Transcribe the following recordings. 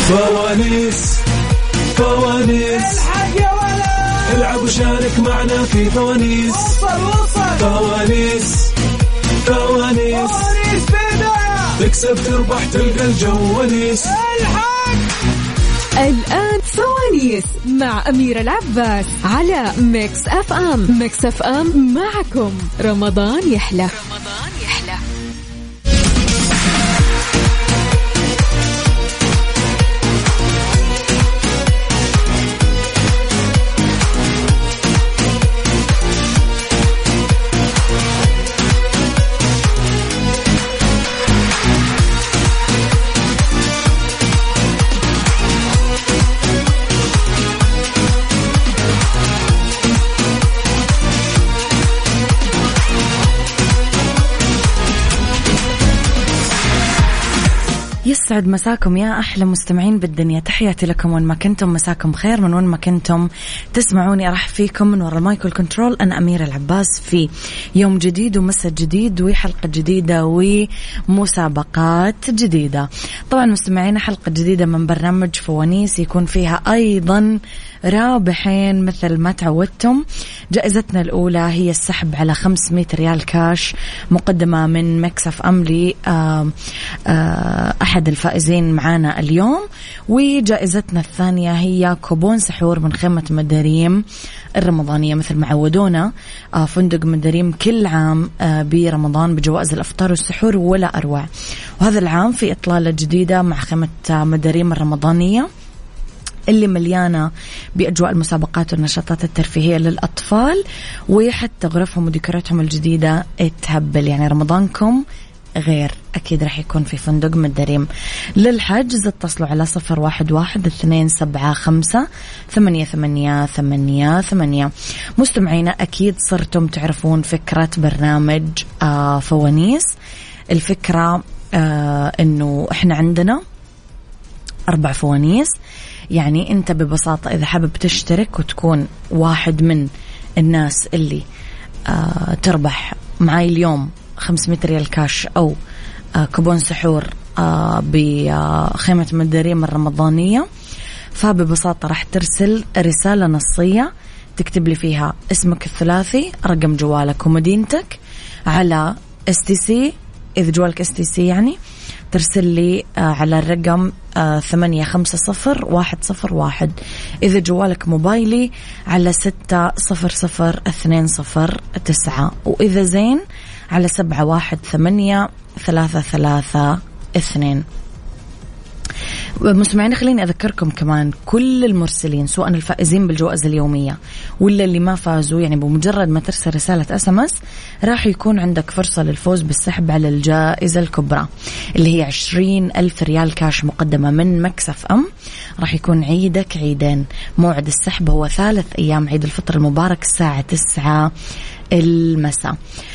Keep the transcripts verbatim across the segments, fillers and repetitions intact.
فوانيس فوانيس الحق يا ولد العب وشارك معنا في فوانيس. وصل وصل فوانيس فوانيس فوانيس بداية تكسب تربح تلقى الجو ونيس. الحق الآن فوانيس مع أميرة العباس على ميكس أف أم. ميكس أف أم معكم رمضان يحلى. رمضان يحلى. يسعد مساكم يا أحلى مستمعين بالدنيا، تحياتي لكم وين ما كنتم، مساكم خير من وين ما كنتم تسمعوني. أرحب فيكم من وراء المايك والكنترول، أنا أميرة العباس في يوم جديد ومسا جديد وحلقة جديدة ومسابقات جديدة. طبعا مستمعين حلقة جديدة من برنامج فوانيس يكون فيها أيضا رابحين مثل ما تعودتم. جائزتنا الأولى هي السحب على خمسمائة ريال كاش مقدمة من ميكس أف أم لي أحد الفائزين معانا اليوم. وجائزتنا الثانية هي كوبون سحور من خيمة مداريم الرمضانية مثل ما عودونا فندق مداريم كل عام برمضان بجوائز الأفطار والسحور ولا أروع. وهذا العام في إطلالة جديدة مع خيمة مداريم الرمضانية اللي مليانة بأجواء المسابقات والنشاطات الترفيهية للأطفال، وحتى غرفهم وديكوراتهم الجديدة تهبل. يعني رمضانكم غير أكيد رح يكون في فندق مداريم. للحجز اتصلوا على صفر واحد واحد اثنين سبعة خمسة ثمانية ثمانية ثمانية ثمانية. مستمعينا أكيد صرتم تعرفون فكرة برنامج آه فوانيس. الفكرة آه إنه إحنا عندنا أربع فوانيس. يعني أنت ببساطة إذا حابب تشترك وتكون واحد من الناس اللي آه تربح معاي اليوم خمسمائة ريال كاش أو آه كوبون سحور آه بخيمة مداريم الرمضانية، فببساطة راح ترسل رسالة نصية تكتب لي فيها اسمك الثلاثي، رقم جوالك ومدينتك على اس تي سي. إذا جوالك اس تي سي يعني ترسل لي على الرقم ثمانية خمسة صفر واحد صفر واحد. إذا جوالك موبايلي على ستة صفر صفر اثنين صفر تسعة. وإذا زين على سبعة واحد ثمانية ثلاثة ثلاثة اثنين. مستمعين خليني أذكركم كمان كل المرسلين سواء الفائزين بالجوائز اليومية ولا اللي ما فازوا، يعني بمجرد ما ترسل رسالة اس ام اس راح يكون عندك فرصة للفوز بالسحب على الجائزة الكبرى اللي هي عشرين ألف ريال كاش مقدمة من ميكس أف أم. راح يكون عيدك عيدين. موعد السحب هو ثالث أيام عيد الفطر المبارك الساعة تسعة المساء.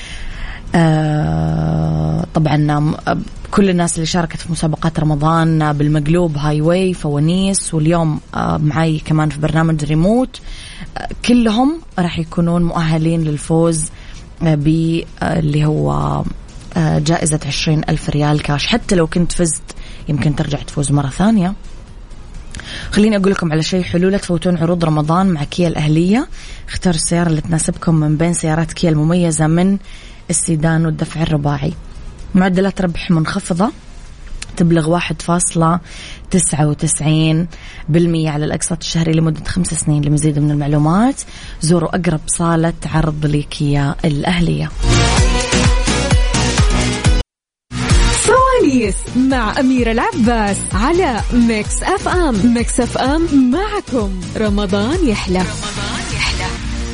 آه طبعا كل الناس اللي شاركت في مسابقات رمضان بالمقلوب هاي واي فوانيس واليوم آه معي كمان في برنامج ريموت آه كلهم راح يكونون مؤهلين للفوز آه باللي هو آه جائزة عشرين ألف ريال كاش. حتى لو كنت فزت يمكن ترجع تفوز مرة ثانية. خليني أقول لكم على شيء حلو، لا تفوتون عروض رمضان مع كيا الأهلية. اختار السيارة اللي تناسبكم من بين سيارات كيا المميزة من السيدان والدفع الرباعي. معدلات ربح منخفضة تبلغ واحد فاصلة تسعة وتسعين بالمية على الأقساط الشهري لمدة خمس سنين. لمزيد من المعلومات زوروا أقرب صالة عرض لكيا الأهلية. فوانيس مع أميرة العباس على ميكس أف أم. ميكس أف أم معكم رمضان يحلى. رمضان يحلى.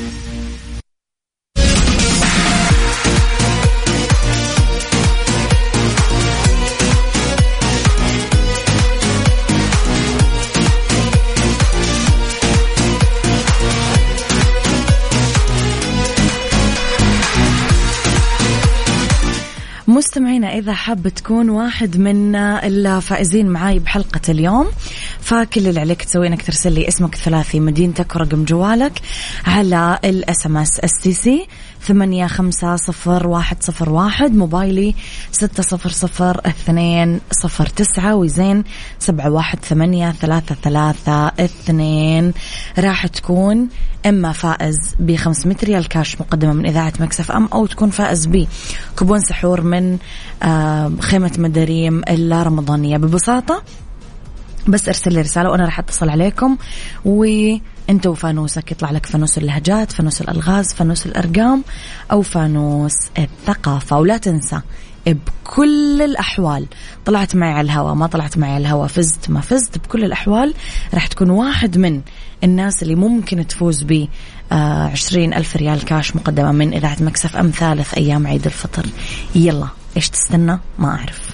مستمعينا إذا حاب تكون واحد من الفائزين معاي بحلقة اليوم فكل اللي عليك تسوي إنك ترسل لي اسمك الثلاثي مدينتك ورقم جوالك على الاس ام اس اس تي سي ثمانية خمسة صفر واحد صفر واحد، موبايلي ستة صفر صفر اثنين صفر تسعة، وزين سبعة واحد ثمانية ثلاثة ثلاثة اثنين. راح تكون إما فائز بخمسمائة ريال كاش مقدمة من إذاعة مكسف أم، أو تكون فائز بكوبون سحور من خيمة مداريم الرمضانية. ببساطة بس ارسل لي رسالة وأنا راح أتصل عليكم، وأنت وفانوسك يطلع لك فانوس اللهجات، فانوس الألغاز، فانوس الأرقام، أو فانوس الثقافة. ولا تنسى بكل الأحوال، طلعت معي على الهواء ما طلعت معي على الهواء، فزت ما فزت، بكل الأحوال راح تكون واحد من الناس اللي ممكن تفوز ب عشرين ألف ريال كاش مقدمة من إذاعة مكسف أم ثالث أيام عيد الفطر. يلا إيش تستنى؟ ما أعرف.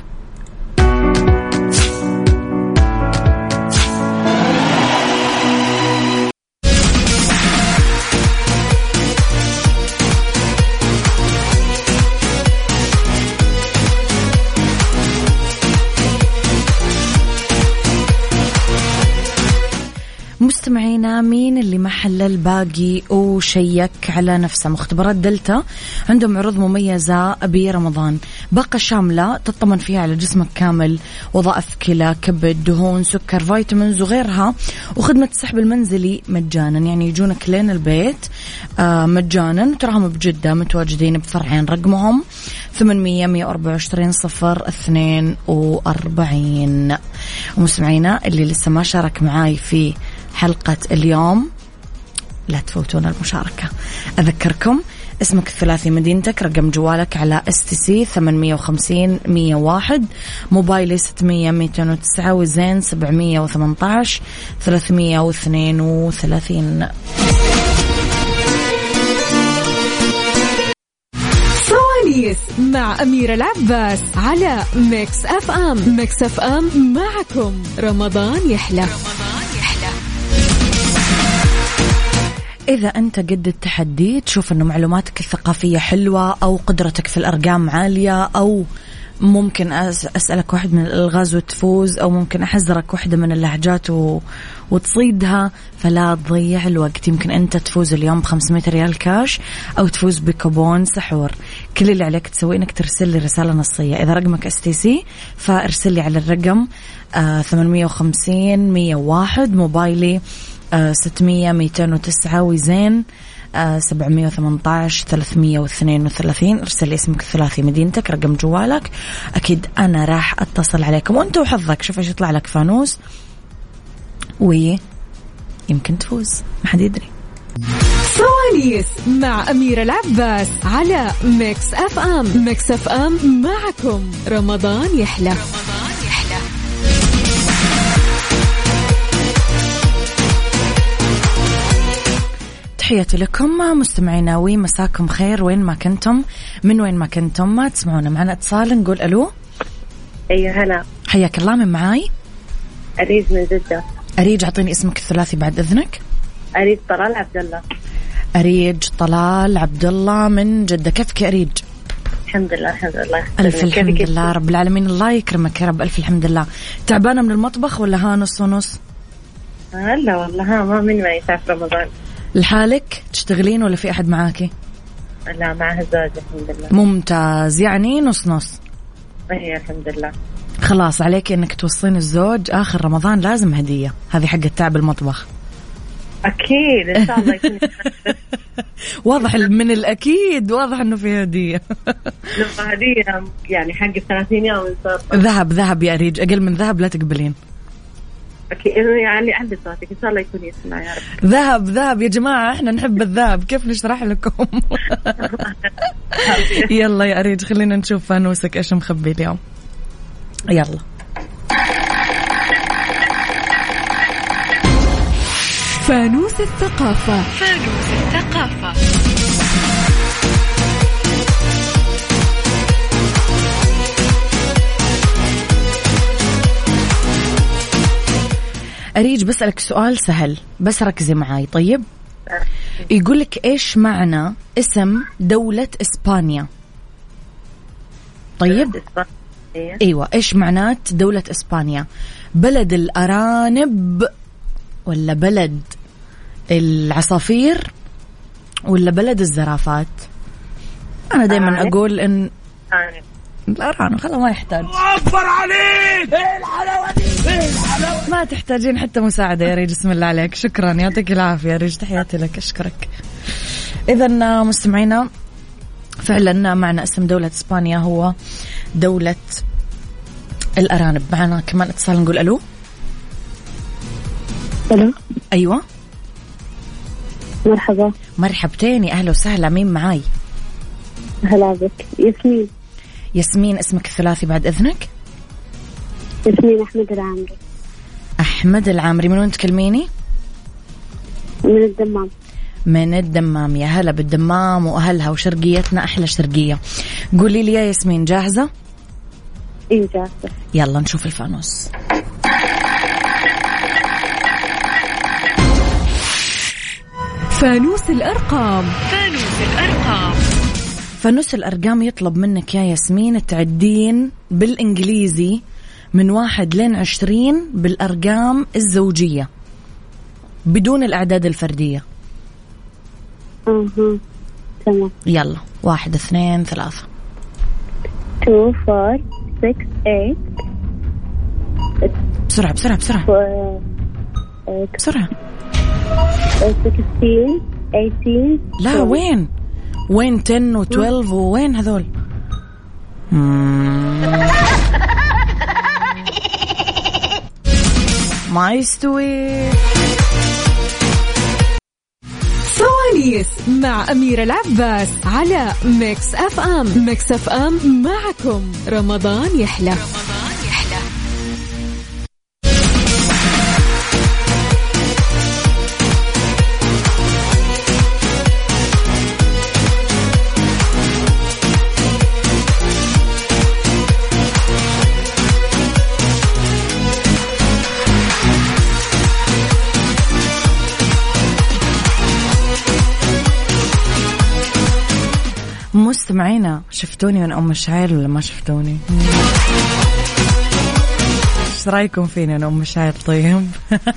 مستمعينا، مين اللي ما حلل باقي وشيك على نفسه؟ مختبرات دلتا عندهم عروض مميزة برمضان، باقة شاملة تطمن فيها على جسمك كامل، وظائف كلى، كبد، دهون، سكر، فيتامينز وغيرها، وخدمة السحب المنزلي مجانا، يعني يجونك لين البيت مجانا. تراهم بجدة متواجدين بفرعين، رقمهم ثمانمية مية وأربعة وعشرين صفر اثنين وأربعين. ومستمعينا اللي لسه ما شارك معاي في حلقة اليوم لا تفوتون المشاركة. أذكركم اسمك الثلاثي، مدينتك، رقم جوالك على اس تي سي ثمانمية وخمسين مية وواحد، موبايلي ستمية مئتين وتسعة، وزين سبعمية وثمانية عشر ثلاثمية واثنين وثلاثين. فوانيس مع أميرة العباس على ميكس أف أم. ميكس أف أم معكم رمضان يحلى. إذا أنت قد التحدي، تشوف أنه معلوماتك الثقافية حلوة، أو قدرتك في الأرقام عالية، أو ممكن أسألك واحد من الألغاز وتفوز، أو ممكن أحذرك واحدة من اللهجات و... وتصيدها، فلا تضيع الوقت. يمكن أنت تفوز اليوم بخمسمائة ريال كاش، أو تفوز بكوبون سحور. كل اللي عليك تسوي إنك ترسل لي رسالة نصية. إذا رقمك اس تي سي فارسل لي على الرقم آه ثمانمية وخمسين مية وواحد، موبايلي آه ستمية مئتين وتسعة، وزين آه سبعمية وثمانية عشر ثلاثمية واثنين وثلاثين. ارسل لي اسمك الثلاثي، مدينتك، رقم جوالك، أكيد أنا راح أتصل عليكم، وأنت وحظك. شوف إيش يطلع لك فانوس، ويمكن تفوز، ما حد يدري. فوانيس مع أميرة العباس على ميكس أف أم. ميكس أف أم معكم رمضان يحلى. تحياتي لكم مستمعينا، ومساكم خير وين ما كنتم، من وين ما كنتم ما تسمعونا. معنا اتصال، نقول ألو. أيوة هلا، حياك الله، من معاي؟ أريج من جدة. أريج، أعطيني اسمك الثلاثي بعد إذنك. أريج طلال عبد الله. أريج طلال عبد الله من جدة. كيفك يا أريج؟ الحمد لله الحمد لله. ألف الحمد لله رب العالمين، الله يكرمك يا رب. ألف الحمد لله. تعبانة من المطبخ ولا ها نص ونص؟ هلا والله ها ما من ما يسافر رمضان. لحالك تشتغلين ولا في أحد معاكي؟ لا معها الزوج الحمد لله. ممتاز، يعني نص نص. أيه الحمد لله. خلاص عليك إنك توصين الزوج آخر رمضان لازم هدية، هذه حق التعب المطبخ. أكيد إن شاء الله يكون. واضح من الأكيد، واضح إنه في هدية. لو هدية يعني حق الثلاثين يوم صار. ذهب ذهب يا أريج، أقل من ذهب لا تقبلين. أكيد يعني عندي صوتك إن شاء الله يكون يسمع يا رب. ذهب ذهب يا جماعة، إحنا نحب الذهب، كيف نشرح لكم؟ يلا يا أريج خلينا نشوف فانوسك إيش مخبي اليوم. يلا. فانوس الثقافة. فانوس الثقافة. أريج بسألك سؤال سهل بس ركزي معاي. طيب يقولك إيش معنى اسم دولة إسبانيا؟ طيب أيوة، إيش معنات دولة إسبانيا؟ بلد الأرانب، ولا بلد العصافير، ولا بلد الزرافات؟ أنا دايما أقول إن الأرانب خلاص ما يحتاج. أكبر عليك. إيه الحلاوة دي؟ إيه الحلاوة؟ ما تحتاجين حتى مساعدة يا ريج. بسم الله عليك. شكرا يعطيك العافية يا ريج. تحياتي لك. أشكرك. إذن مستمعينا فعلا معنا اسم دولة إسبانيا هو دولة الأرانب. معنا كمان اتصال نقول ألو. ألو. أيوة مرحبا. مرحبتين أهلا وسهلا. مين معاي؟ هلا بك. ياسمين. ياسمين اسمك الثلاثي بعد إذنك؟ ياسمين أحمد العامري. أحمد العامري. من وين تكلميني؟ من الدمام. من الدمام. يا هلا بالدمام وأهلها وشرقيتنا أحلى شرقية. قولي لي يا ياسمين جاهزة؟ إيه جاهزة. يلا نشوف الفانوس. فانوس الأرقام. فانوس الأرقام. فانوس الأرقام يطلب منك يا ياسمين تعدين بالإنجليزي من واحد لين عشرين بالأرقام الزوجية بدون الأعداد الفردية. أها تمام. يلا واحد اثنين ثلاثة. two four six eight. بسرعة بسرعة بسرعة بسرعة. sixteen eighteen. لا وين وين ten و twelve وين هذول؟ ما يستوي. فوانيس مع أميرة العباس على ميكس أف أم. ميكس أف أم معكم رمضان يحلى. رمضان يحلى. مستمعينا شفتوني من أم مشاعر ولا ما شفتوني؟ ايش رايكم فيني أنا أم مشاعر؟ طيب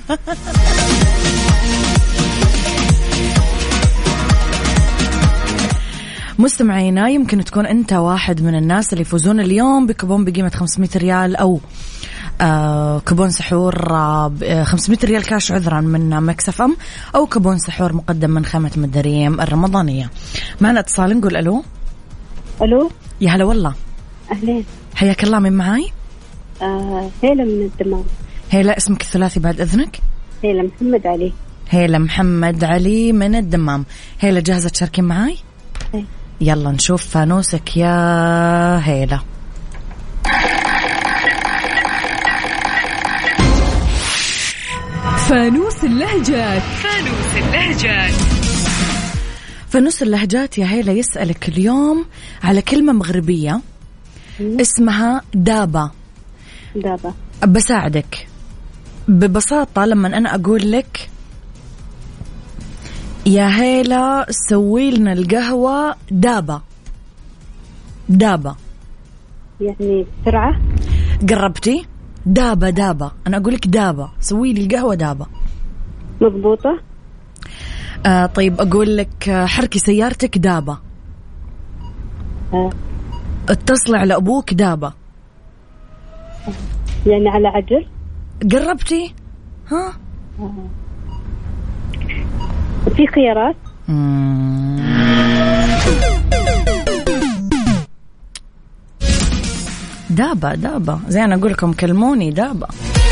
مستمعينا يمكن تكون أنت واحد من الناس اللي يفوزون اليوم بكوبون بقيمة خمسمية ريال أو آه كوبون سحور آه خمسمية ريال كاش عذرا من ميكس أف أم أو كوبون سحور مقدم من خيمة مدريم الرمضانية. معنا اتصال نقول ألو. ألو. يا هلا والله. أهلين. حياك الله. من معاي؟ آه هيلا من الدمام. هيلا اسمك الثلاثي بعد إذنك؟ هيلا محمد علي. هيلا محمد علي من الدمام. هيلا جاهزة تشاركين معاي؟ هي. يلا نشوف فانوسك يا هيلا. فانوس اللهجات. فانوس اللهجات. فانوس اللهجات يا هيلا يسألك اليوم على كلمة مغربية اسمها دابة. دابة. بساعدك ببساطة لما أنا أقول لك يا هيلا سوي لنا القهوة دابة. دابة يعني بسرعة. قربتي. دابة دابة. أنا أقول لك دابة سوي لي القهوة دابة. مضبوطة. آه طيب أقول لك حركي سيارتك دابة. آه. اتصلي على أبوك دابة. يعني على عجل. قربتي. ها آه. في خيارات. دابة دابة زي أنا أقول لكم كلموني دابة.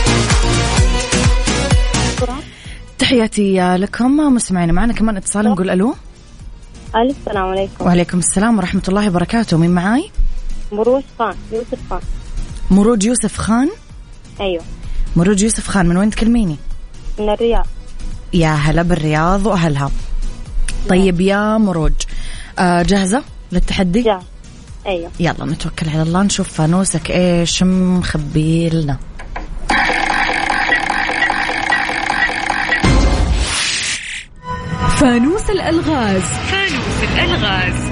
تحياتي لكم مستمعين. معنا كمان اتصال نقول ألو. السلام عليكم. وعليكم السلام ورحمة الله وبركاته. مين معاي؟ مروج خان. يوسف خان. مروج يوسف خان. أيوة مروج يوسف خان. من وين تكلميني؟ من الرياض. يا هلا بالرياض وأهلها. طيب يا مروج آه جاهزة للتحدي؟ جاهز. أيوة يلا نتوكل على الله نشوف فانوسك إيش مخبي لنا. فانوس الألغاز. فانوس الألغاز.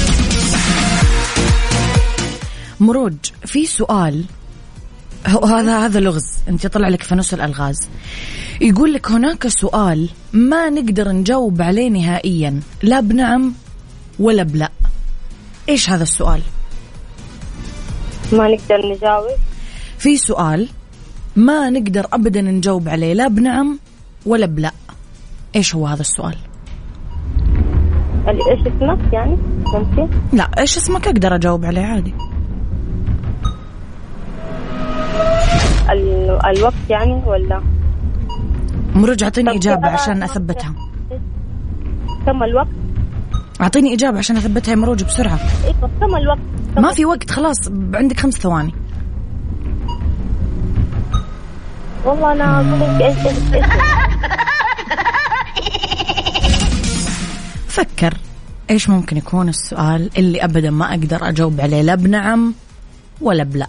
مروج في سؤال هذا هذا لغز. انت طلع لك فانوس الألغاز يقول لك هناك سؤال ما نقدر نجاوب عليه نهائيا لا بنعم ولا بلا. إيش هذا السؤال؟ ما نقدر نجاوب. في سؤال ما نقدر أبدا نجاوب عليه لا بنعم ولا بلا. إيش هو هذا السؤال؟ إيش اسمك يعني ممكن؟ لا إيش اسمك أقدر أجاوب عليه عادي. ال... الوقت يعني ولا؟ مرج أعطيني إجابة عشان أثبتها. كم الوقت؟ أعطيني إجابة عشان أثبتها يا مروج بسرعة. إيه كم الوقت؟ كم ما في وقت خلاص عندك خمس ثواني. والله أنا أقول إيش إيش إيش. فكر إيش ممكن يكون السؤال اللي أبدا ما أقدر أجاوب عليه لا بنعم ولا بلا.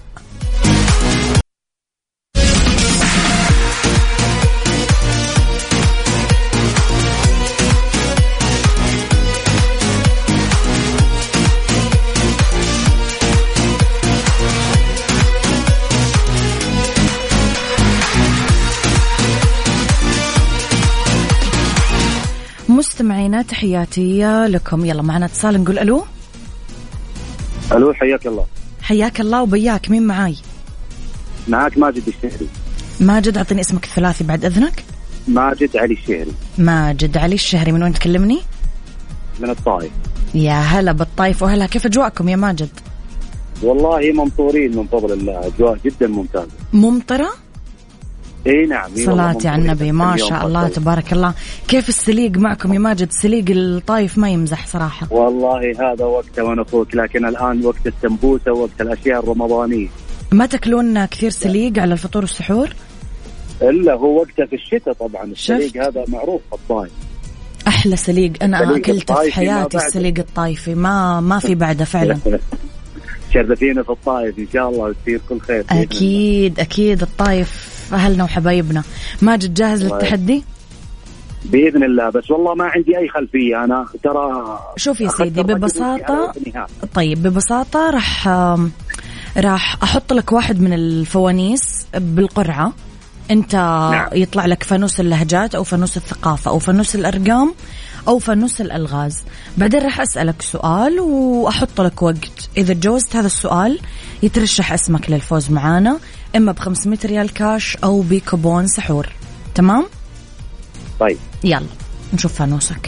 مستمعينا تحياتي لكم. يلا معنا اتصال نقول ألو. ألو حياك الله. حياك الله وبياك. مين معاي؟ معاك ماجد الشهري. ماجد أعطيني اسمك الثلاثي بعد إذنك. ماجد علي الشهري. ماجد علي الشهري. من وين تكلمني؟ من الطائف. يا هلا بالطائف وهلا. كيف أجواءكم يا ماجد؟ والله ممطورين من فضل الله، أجواء جدا ممتازة. ممطرة؟ اي نعم. صلاة على النبي ما شاء الله تبارك الله. كيف السليق معكم يا ماجد؟ سليق الطايف ما يمزح صراحة. والله هذا وقته وانا اخوك، لكن الان وقت السمبوسة ووقت الاشياء الرمضانية. ما تاكلون كثير سليق على الفطور والسحور؟ الا هو وقته في الشتاء طبعا. السليق هذا معروف في الطايف. احلى سليق انا اكلته في حياتي السليق الطايفي، ما ما في بعده فعلا. شرفينا في الطايف ان شاء الله وتصير كل خير. اكيد اكيد الطايف أهلنا وحبايبنا. ماجد جاهز للتحدي؟ بإذن الله، بس والله ما عندي أي خلفية أنا ترى. شوف يا سيدي ببساطة، طيب ببساطة راح راح أحط لك واحد من الفوانيس بالقرعة. أنت نعم. يطلع لك فانوس اللهجات أو فانوس الثقافة أو فانوس الأرقام أو فانوس الألغاز. بعدين راح أسألك سؤال وأحط لك وقت. إذا تجاوزت هذا السؤال يترشح اسمك للفوز معانا، إما بخمسمية ريال كاش أو بكوبون سحور. تمام؟ طيب يلا نشوف فانوسك.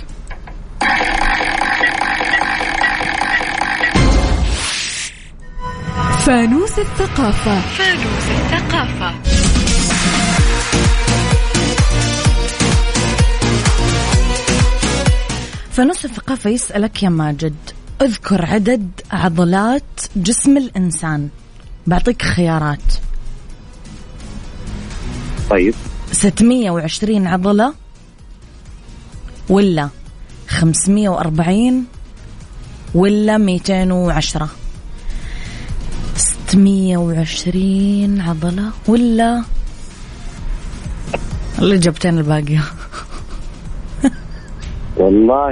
فانوس الثقافة. فانوس الثقافة. فانوس الثقافة يسألك يا ماجد اذكر عدد عضلات جسم الإنسان. بعطيك خيارات. طيب ستمية وعشرين عضلة ولا خمسمية وأربعين ولا ميتين وعشرة؟ ستمية وعشرين عضلة ولا اللي جبتين الباقية؟ والله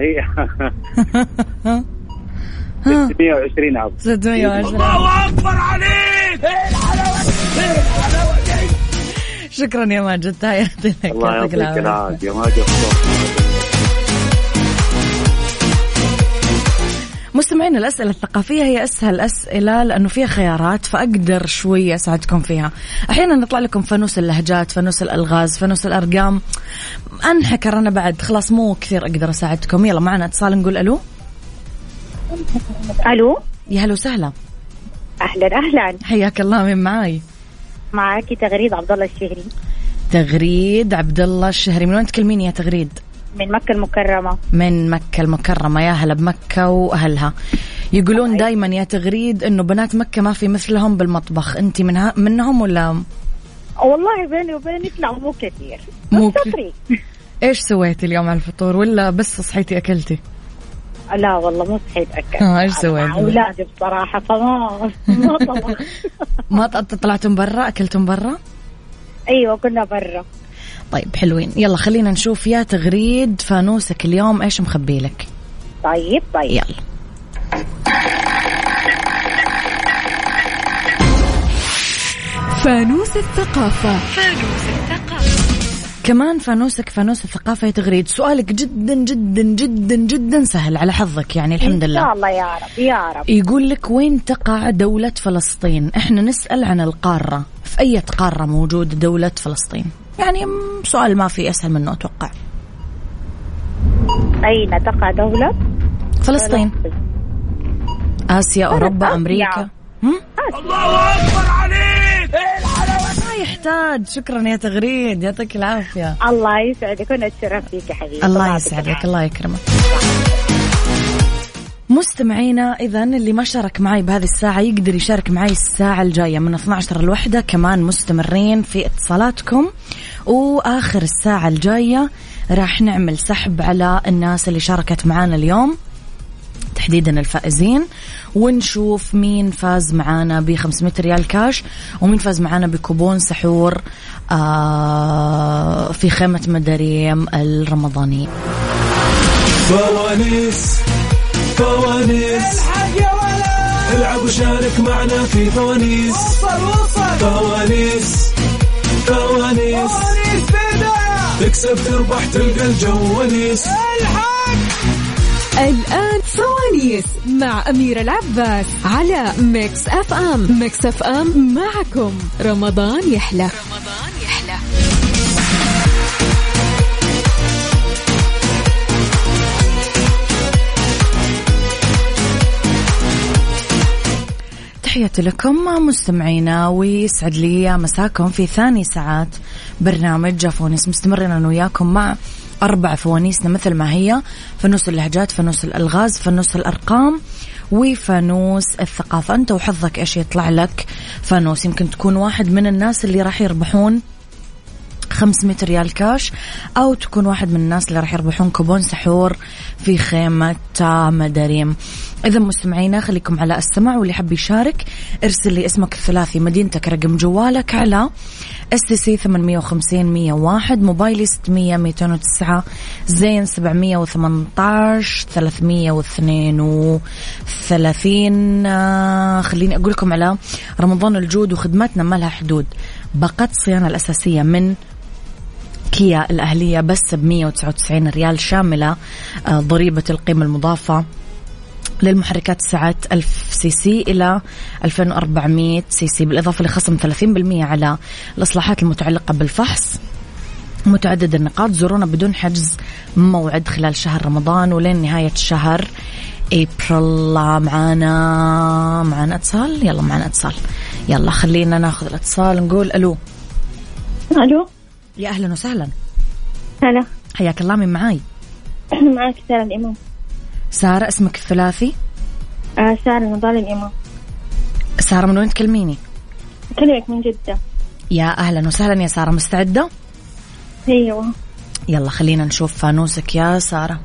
ستمية وعشرين عضلة. ستمية وعشرين. الله أكبر عليك. شكرا يا ماجد. تحياتي لك. الله يعطيك العافية ماجد. مستمعين الأسئلة الثقافية هي أسهل أسئلة لأنه فيها خيارات فأقدر شوية أساعدكم فيها. أحيانا نطلع لكم فانوس اللهجات، فانوس الألغاز، فانوس الأرقام. أنحكر أنا بعد خلاص مو كثير أقدر أساعدكم. يلا معنا اتصال نقول ألو. ألو يا هلا وسهلا. أهلا أهلا. حياك الله. من معاي؟ معاكي تغريد عبد الله الشهري. تغريد عبد الله الشهري. من وين تكلمين يا تغريد؟ من مكة المكرمة. من مكة المكرمة. يا هلا بمكة وأهلها. يقولون دايما يا تغريد إنه بنات مكة ما في مثلهم بالمطبخ. أنت منها منهم ولا؟ والله بيني وبينك لا مو كثير. مو كثير. إيش سويتي اليوم على الفطور ولا بس صحيتي أكلتي؟ لا والله مو صحيت أكل. آه إيش سويتي؟ أولادي بصراحة فما ما طبخ. ما طلعتم برا؟ أكلتم برا؟ أيوة كنا برا. طيب حلوين. يلا خلينا نشوف يا تغريد فانوسك اليوم إيش مخبي لك. طيب طيب يلا. فانوس الثقافة. فانوس الثقافة. كمان فانوسك فانوس الثقافة يا تغريد. سؤالك جدا جدا جدا جدا سهل على حظك يعني الحمد لله. إن شاء الله يا رب يا رب. يقول لك وين تقع دولة فلسطين؟ احنا نسأل عن القارة، في أي قارة موجود دولة فلسطين؟ يعني سؤال ما في أسهل منه أتوقع. أين تقع دولة فلسطين؟ آسيا، أوروبا، آسيا. أمريكا؟ هم؟ الله أكبر عليك. إيه الحلاوة دي؟ ما يحتاج. شكرا يا تغريد، يعطيك العافية. الله يسعدك ونتشرف فيك يا حبيبي. الله يسعدك، الله يكرمك. مستمعينا إذن اللي ما شارك معي بهذه الساعة يقدر يشارك معي الساعة الجاية من اثنتي عشرة الوحدة. كمان مستمرين في اتصالاتكم، وآخر الساعة الجاية راح نعمل سحب على الناس اللي شاركت معانا اليوم، تحديدا الفائزين، ونشوف مين فاز معانا ب خمسمية ريال كاش ومين فاز معانا بكوبون سحور آه في خيمة مداريم الرمضانية. فوانيس فوانيس الحق يا ولد. العب وشارك معنا في فوانيس. وصل وصل. فوانيس فوانيس فوانيس بداية. تكسب تربح تلقى الجوانيس. الحق. الآن فوانيس مع أميرة العباس على ميكس أف أم. ميكس أف أم معكم رمضان يحلى. رمضان يحلى. تحياتي لكم مستمعينا، ويسعد لي مساكم في ثاني ساعات برنامج فوانيس. مستمرين أنا وياكم مع أربع فوانيسنا مثل ما هي: فانوس اللهجات، فانوس الألغاز، فانوس الأرقام، وفانوس الثقافة. أنت وحظك إيش يطلع لك فانوس. يمكن تكون واحد من الناس اللي راح يربحون خمسمية ريال كاش، أو تكون واحد من الناس اللي راح يربحون كوبون سحور في خيمة مداريم. إذا مستمعينا خليكم على السمع، واللي حب يشارك ارسل لي اسمك الثلاثي، مدينتك، رقم جوالك على اس تي سي ثمانية وخمسين مية وواحد، موبايلي ستمية ميتين وتسعة، زين سبعمية وثمانية عشر ثلاثمية واثنين وثلاثين. خليني أقول لكم على رمضان الجود وخدماتنا ما لها حدود. باقات الصيانة الأساسية من كيا الأهلية بس بمية وتسعة وتسعين ريال، شاملة ضريبة القيمة المضافة للمحركات سعة ألف سي سي إلى ألفين وأربعمية سي سي، بالإضافة لخصم ثلاثين بالمية على الإصلاحات المتعلقة بالفحص. متعدد النقاط. زورونا بدون حجز موعد خلال شهر رمضان ولين نهاية شهر أبريل. معانا معانا اتصال. يلا معانا اتصال. يلا خلينا ناخذ الاتصال. نقول ألو. ألو. يا أهلا وسهلا. هلا. حياك الله. من معاي؟ معك سارة الإمام. سارة. اسمك الثلاثي؟ آه سارة نضال الإمام. سارة من وين تكلميني؟ أكلمك من جدة. يا أهلا وسهلا يا سارة. مستعدة؟ أيوة. يلا خلينا نشوف فانوسك يا سارة.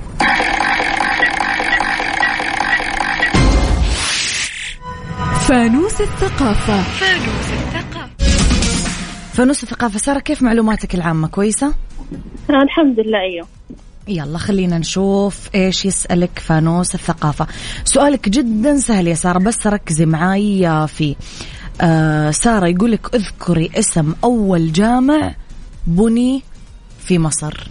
فانوس الثقافة. فانوس الثقافة. فانوس الثقافة. سارة كيف معلوماتك العامة؟ كويسة؟ آه الحمد لله. أيوة. يلا خلينا نشوف إيش يسألك فانوس الثقافة. سؤالك جدا سهل يا سارة، بس ركزي معاي فيه. آه سارة يقولك اذكري اسم أول جامع بني في مصر.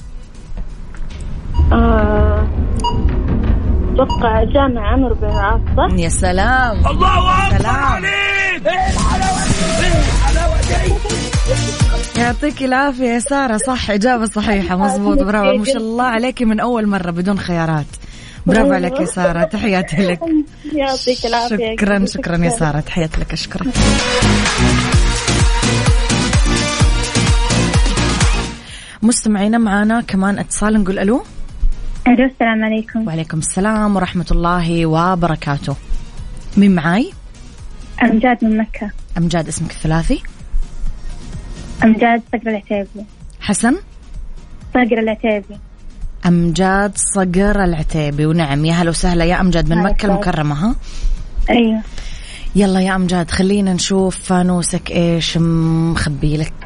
آه أتوقع جامع عمرو بن العاص. يا سلام. الله أكبر سلام. عليك. إيه الحلاوة دي؟ إيه الحلاوة دي؟ يعطيك العافية يا سارة. صح، إجابة صحيحة، مزبوط. برافو، ما شاء الله عليكي من أول مرة بدون خيارات. برافو عليك يا سارة، تحياتي لك. يعطيك العافية. شكرا شكرا يا سارة، تحياتي لك. أشكرك. مستمعينا معانا كمان اتصال. نقول ألو. ألو. السلام عليكم. وعليكم السلام ورحمة الله وبركاته. مين معاي؟ أمجاد من مكة. أمجاد. اسمك الثلاثي؟ أمجاد صقر العتيبي. حسن. صقر العتيبي. أمجاد صقر العتيبي. ونعم، يا هلا وسهلا يا أمجاد من مكة المكرمة. ها أيوة. يلا يا أمجاد خلينا نشوف فانوسك إيش مخبي لك.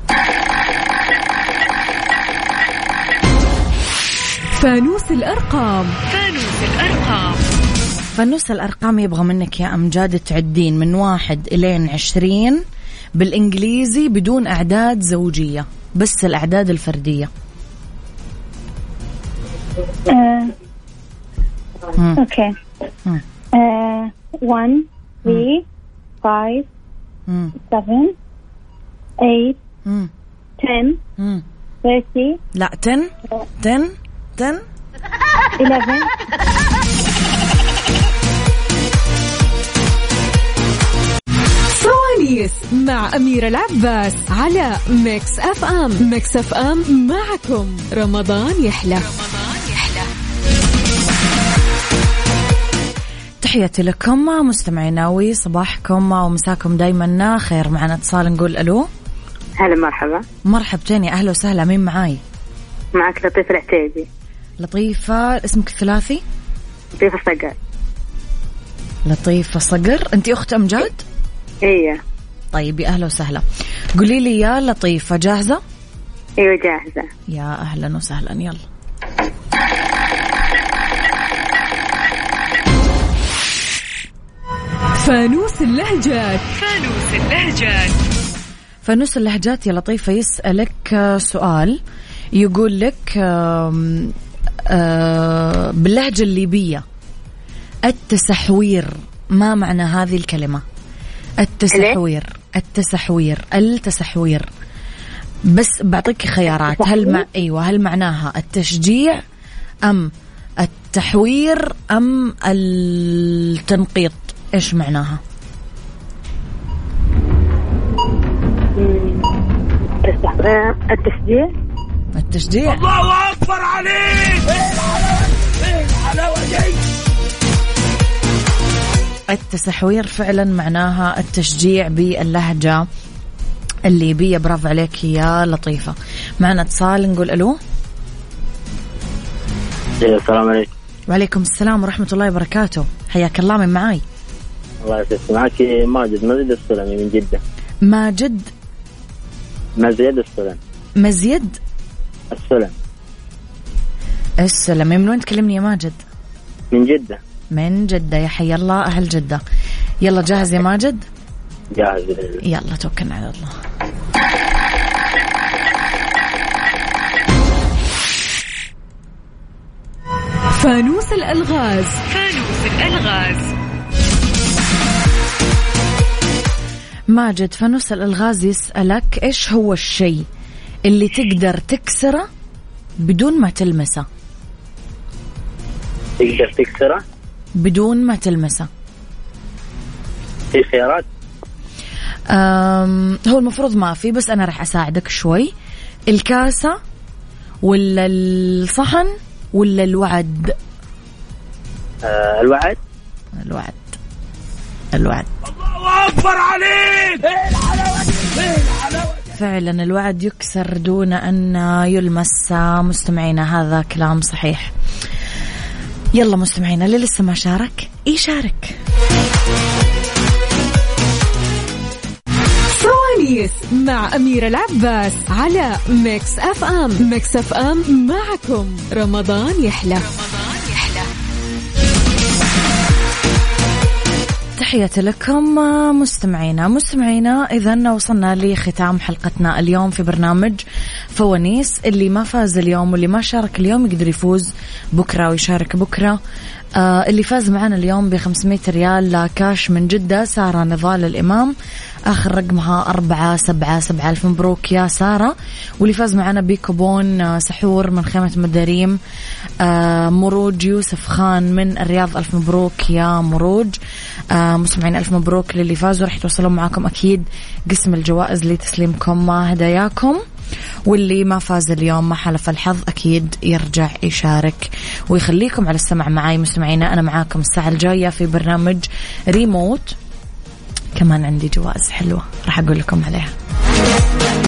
فانوس الأرقام. فانوس الأرقام. فانوس الأرقام يبغى منك يا أمجاد تعدين من واحد إلين عشرين بالإنجليزي بدون أعداد زوجية، بس الأعداد الفردية. آه. مم. أوكي. مم. آه. one, three, five, مم. seven, eight, مم. ten, مم. thirty, لا ten ten ten eleven. فوانيس مع أميرة العباس على ميكس أف أم. ميكس أف أم معكم رمضان يحلى. تحياتي لكم مستمعينا وصباحكم ومساكم دايما خير. معنا اتصال نقول ألو. هلا مرحبا. مرحبتين يا أهلا وسهلا. مين معاي؟ معك لطيفة العتيبي. لطيفة اسمك الثلاثي؟ لطيفة صقر. لطيفة صقر. أنت أخت أمجاد؟ ايه. طيب يا أهلا وسهلا. قولي لي يا لطيفة جاهزة؟ ايوه جاهزة. يا أهلا وسهلا. يلا فانوس اللهجات. فانوس اللهجات. فانوس اللهجات يا لطيفة يسألك سؤال، يقول لك آم آم باللهجة الليبية التسحوير ما معنى هذه الكلمة؟ التسحوير التسحوير التسحوير بس بعطيك خيارات. هل مع أيوة هل معناها التشجيع أم التحوير أم التنقيط؟ إيش معناها؟ التشجيع. التشجيع. الله أكبر عليك. ايه الحلاوة دي. التسحوير فعلا معناها التشجيع باللهجة الليبية. برافو عليك يا لطيفة. معنا اتصال نقول ألو. السلام عليكم. وعليكم السلام ورحمة الله وبركاته. حياك الله. من معاي؟ الله يسلمك. معك ماجد مزيد السلمي من جدة. ماجد مزيد السلم. مزيد السلم. السلام. من وين تكلمني يا ماجد؟ من جدة. من جدة. يا حي الله أهل جدة. يلا جاهز يا ماجد؟ جاهز. يلا توكلنا على الله. فانوس الألغاز. فانوس الألغاز. ماجد فانوس الألغاز يسألك إيش هو الشيء اللي تقدر تكسره بدون ما تلمسه؟ تقدر تكسره بدون ما تلمسه. في خيارات؟ هو المفروض ما في، بس أنا رح أساعدك شوي. الكاسة ولا الصحن ولا الوعد؟ آه الوعد. الوعد الوعد. الله أكبر عليك. ايه الحلاوة دي. ايه الحلاوة دي. فعلا الوعد يكسر دون أن يلمس. مستمعينا هذا كلام صحيح. يلا مستمعينا اللي لسه ما شارك يشارك. فوانيس مع أميرة العباس على ميكس أف أم. ميكس أف أم معكم رمضان يحلى. تحياتي لكم مستمعينا مستمعينا إذا وصلنا لختام حلقتنا اليوم في برنامج فوانيس. اللي ما فاز اليوم واللي ما شارك اليوم يقدر يفوز بكرة ويشارك بكرة. آه اللي فاز معنا اليوم بخمسمية ريال كاش من جدة سارة نضال الإمام، آخر رقمها أربعة سبعة سبعة. ألف مبروك يا سارة. واللي فاز معنا بكوبون سحور من خيمة مداريم آه مروج يوسف خان من الرياض. ألف مبروك يا مروج. آه مستمعين ألف مبروك للي فازوا. رح يتوصلون معاكم أكيد قسم الجوائز لتسليمكم هداياكم. واللي ما فاز اليوم ما حلف الحظ أكيد يرجع يشارك. ويخليكم على السمع معاي مستمعينا. أنا معاكم الساعة الجاية في برنامج ريموت. كمان عندي جوائز حلوة راح أقول لكم عليها.